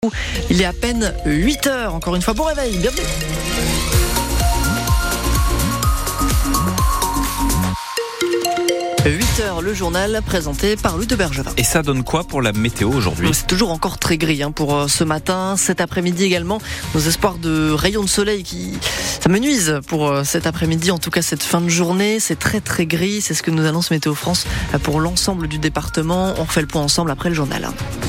Il est à peine 8h. Encore une fois, bon réveil, bienvenue. « 8h, le journal présenté par Louis de Bergevin. Et ça donne quoi pour la météo aujourd'hui ? C'est toujours encore très gris pour ce matin, cet après-midi également. Nos espoirs de rayons de soleil ça me nuise pour cet après-midi, en tout cas cette fin de journée. C'est très très gris, c'est ce que nous annonce Météo France pour l'ensemble du département. On refait le point ensemble après le journal.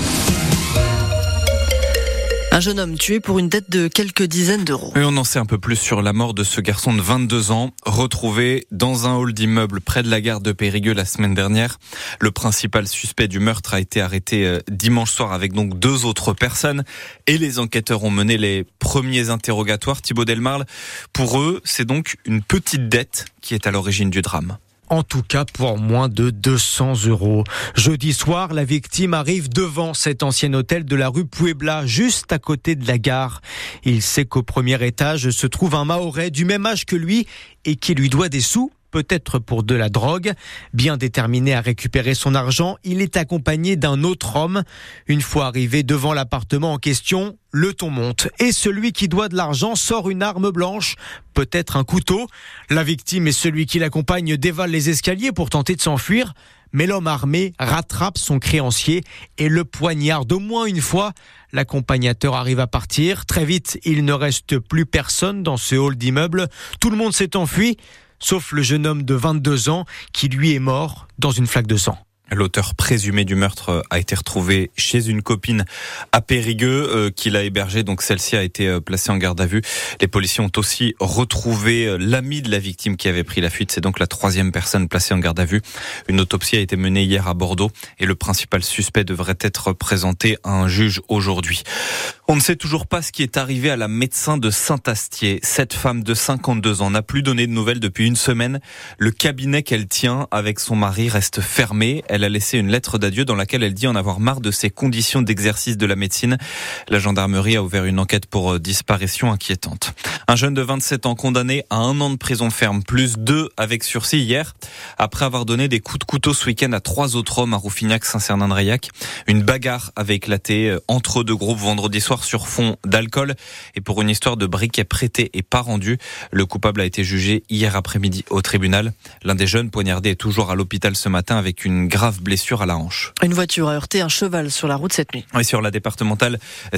Un jeune homme tué pour une dette de quelques dizaines d'euros. Et on en sait un peu plus sur la mort de ce garçon de 22 ans, retrouvé dans un hall d'immeuble près de la gare de Périgueux la semaine dernière. Le principal suspect du meurtre a été arrêté dimanche soir avec donc 2 autres personnes. Et les enquêteurs ont mené les premiers interrogatoires. Thibaut Delmarle, pour eux, c'est donc une petite dette qui est à l'origine du drame. En tout cas pour moins de 200 euros. Jeudi soir, la victime arrive devant cet ancien hôtel de la rue Puebla, juste à côté de la gare. Il sait qu'au premier étage se trouve un Mahorais du même âge que lui et qui lui doit des sous, peut-être pour de la drogue. Bien déterminé à récupérer son argent, il est accompagné d'un autre homme. Une fois arrivé devant l'appartement en question, le ton monte et celui qui doit de l'argent sort une arme blanche, peut-être un couteau. La victime et celui qui l'accompagne dévalent les escaliers pour tenter de s'enfuir, mais l'homme armé rattrape son créancier et le poignarde au moins une fois. L'accompagnateur arrive à partir. Très vite, il ne reste plus personne dans ce hall d'immeuble. Tout le monde s'est enfui, sauf le jeune homme de 22 ans qui lui est mort dans une flaque de sang. L'auteur présumé du meurtre a été retrouvé chez une copine à Périgueux qui l'a hébergé. Donc celle-ci a été placée en garde à vue. Les policiers ont aussi retrouvé l'ami de la victime qui avait pris la fuite. C'est donc la 3e personne placée en garde à vue. Une autopsie a été menée hier à Bordeaux et le principal suspect devrait être présenté à un juge aujourd'hui. On ne sait toujours pas ce qui est arrivé à la médecin de Saint-Astier. Cette femme de 52 ans n'a plus donné de nouvelles depuis une semaine. Le cabinet qu'elle tient avec son mari reste fermé. Elle a laissé une lettre d'adieu dans laquelle elle dit en avoir marre de ses conditions d'exercice de la médecine. La gendarmerie a ouvert une enquête pour disparition inquiétante. Un jeune de 27 ans condamné à 1 an de prison ferme, plus 2 avec sursis hier, après avoir donné des coups de couteau ce week-end à 3 autres hommes à Rouffignac-Saint-Cernin-de-Reillac. Une bagarre avait éclaté entre 2 groupes vendredi soir sur fond d'alcool et pour une histoire de briquet prêté et pas rendu. Le coupable a été jugé hier après-midi au tribunal. L'un des jeunes poignardés est toujours à l'hôpital ce matin avec une grave blessure à la hanche. Une voiture a heurté un cheval sur la route cette nuit. Oui, sur la départementale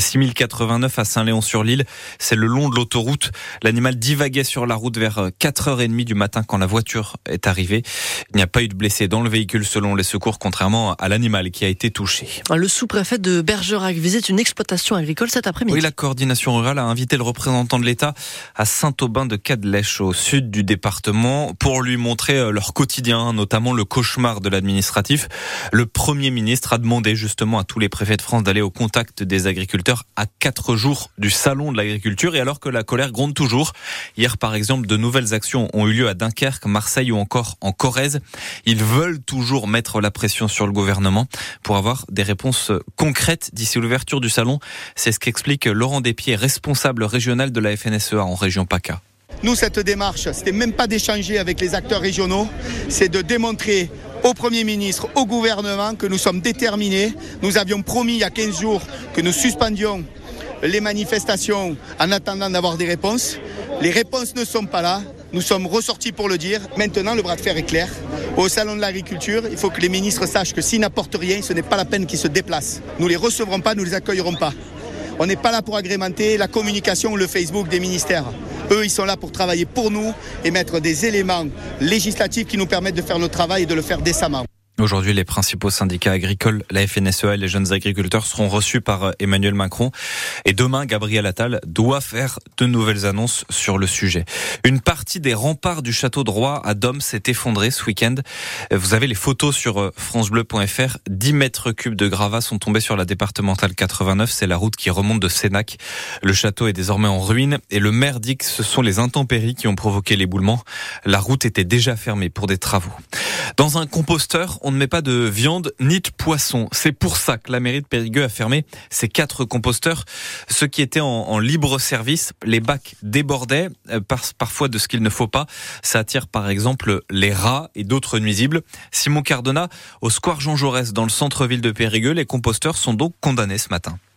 6089 à Saint-Léon-sur-l'Île. C'est le long de l'autoroute. L'animal divaguait sur la route vers 4h30 du matin quand la voiture est arrivée. Il n'y a pas eu de blessés dans le véhicule selon les secours, contrairement à l'animal qui a été touché. Le sous-préfet de Bergerac visite une exploitation agricole cet après-midi. Oui, la coordination rurale a invité le représentant de l'État à Saint-Aubin-de-Cadlèche, au sud du département, pour lui montrer leur quotidien, notamment le cauchemar de l'administratif. Le Premier ministre a demandé justement à tous les préfets de France d'aller au contact des agriculteurs à 4 jours du salon de l'agriculture, et alors que la colère gronde toujours. Hier, par exemple, de nouvelles actions ont eu lieu à Dunkerque, Marseille ou encore en Corrèze. Ils veulent toujours mettre la pression sur le gouvernement pour avoir des réponses concrètes d'ici l'ouverture du salon. C'est ce qu'explique Laurent Despiers, responsable régional de la FNSEA en région PACA. Nous, cette démarche, c'était même pas d'échanger avec les acteurs régionaux, c'est de démontrer au Premier ministre, au gouvernement, que nous sommes déterminés. Nous avions promis il y a 15 jours que nous suspendions les manifestations en attendant d'avoir des réponses. Les réponses ne sont pas là. Nous sommes ressortis pour le dire. Maintenant, le bras de fer est clair. Au salon de l'agriculture, il faut que les ministres sachent que s'ils n'apportent rien, ce n'est pas la peine qu'ils se déplacent. Nous ne les recevrons pas, nous ne les accueillerons pas. On n'est pas là pour agrémenter la communication ou le Facebook des ministères. Eux, ils sont là pour travailler pour nous et mettre des éléments législatifs qui nous permettent de faire notre travail et de le faire décemment. Aujourd'hui, les principaux syndicats agricoles, la FNSEA et les jeunes agriculteurs seront reçus par Emmanuel Macron. Et demain, Gabriel Attal doit faire de nouvelles annonces sur le sujet. Une partie des remparts du château de Roye à Dôme s'est effondrée ce week-end. Vous avez les photos sur francebleu.fr. 10 mètres cubes de gravats sont tombés sur la départementale 89. C'est la route qui remonte de Sénac. Le château est désormais en ruine et le maire dit que ce sont les intempéries qui ont provoqué l'éboulement. La route était déjà fermée pour des travaux. Dans un composteur, on ne met pas de viande ni de poisson. C'est pour ça que la mairie de Périgueux a fermé ses 4 composteurs. Ceux qui étaient en libre service, les bacs débordaient parfois de ce qu'il ne faut pas. Ça attire par exemple les rats et d'autres nuisibles. Simon Cardona, au square Jean Jaurès dans le centre-ville de Périgueux, les composteurs sont donc condamnés ce matin.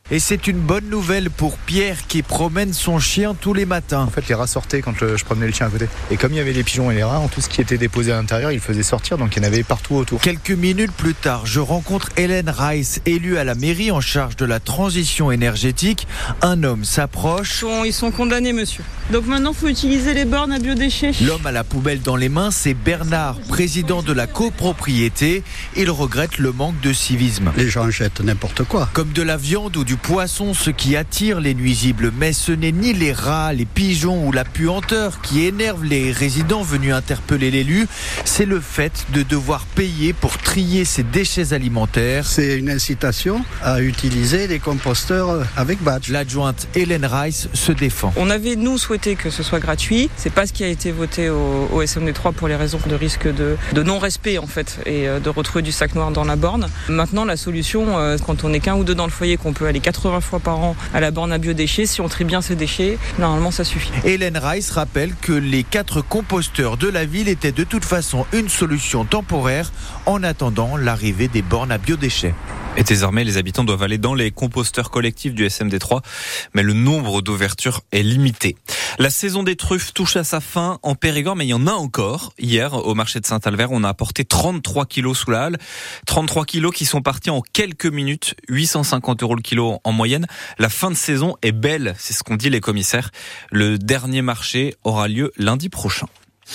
Et c'est une bonne nouvelle pour Pierre qui promène son chien tous les matins. En fait, les rats sortaient quand je promenais le chien à côté. Et comme il y avait les pigeons et les rats, tout ce qui était déposé à l'intérieur, ils le faisaient sortir, donc il y en avait partout autour. Quelques minutes plus tard, je rencontre Hélène Rice, élue à la mairie en charge de la transition énergétique. Un homme s'approche. Ils sont condamnés, monsieur. Donc maintenant, il faut utiliser les bornes à biodéchets. L'homme à la poubelle dans les mains, c'est Bernard, président de la copropriété. Il regrette le manque de civisme. Les gens jettent n'importe quoi. Comme de la viande ou du poisson, ce qui attire les nuisibles. Mais ce n'est ni les rats, les pigeons ou la puanteur qui énerve les résidents venus interpeller l'élu. C'est le fait de devoir payer pour trier ces déchets alimentaires. C'est une incitation à utiliser les composteurs avec badge. L'adjointe Hélène Rice se défend. On avait, nous, souhaité que ce soit gratuit. C'est pas ce qui a été voté au SMD3 pour les raisons de risque de non-respect, en fait, et de retrouver du sac noir dans la borne. Maintenant, la solution, quand on est qu'un ou deux dans le foyer, qu'on peut aller 80 fois par an à la borne à biodéchets, si on trie bien ces déchets, normalement ça suffit. Hélène Rice rappelle que les 4 composteurs de la ville étaient de toute façon une solution temporaire en attendant l'arrivée des bornes à biodéchets. Et désormais, les habitants doivent aller dans les composteurs collectifs du SMD3, mais le nombre d'ouvertures est limité. La saison des truffes touche à sa fin en Périgord, mais il y en a encore. Hier, au marché de Saint-Albert, on a apporté 33 kilos sous la halle. 33 kilos qui sont partis en quelques minutes, 850 € le kilo en moyenne. La fin de saison est belle, c'est ce qu'ont dit les commissaires. Le dernier marché aura lieu lundi prochain.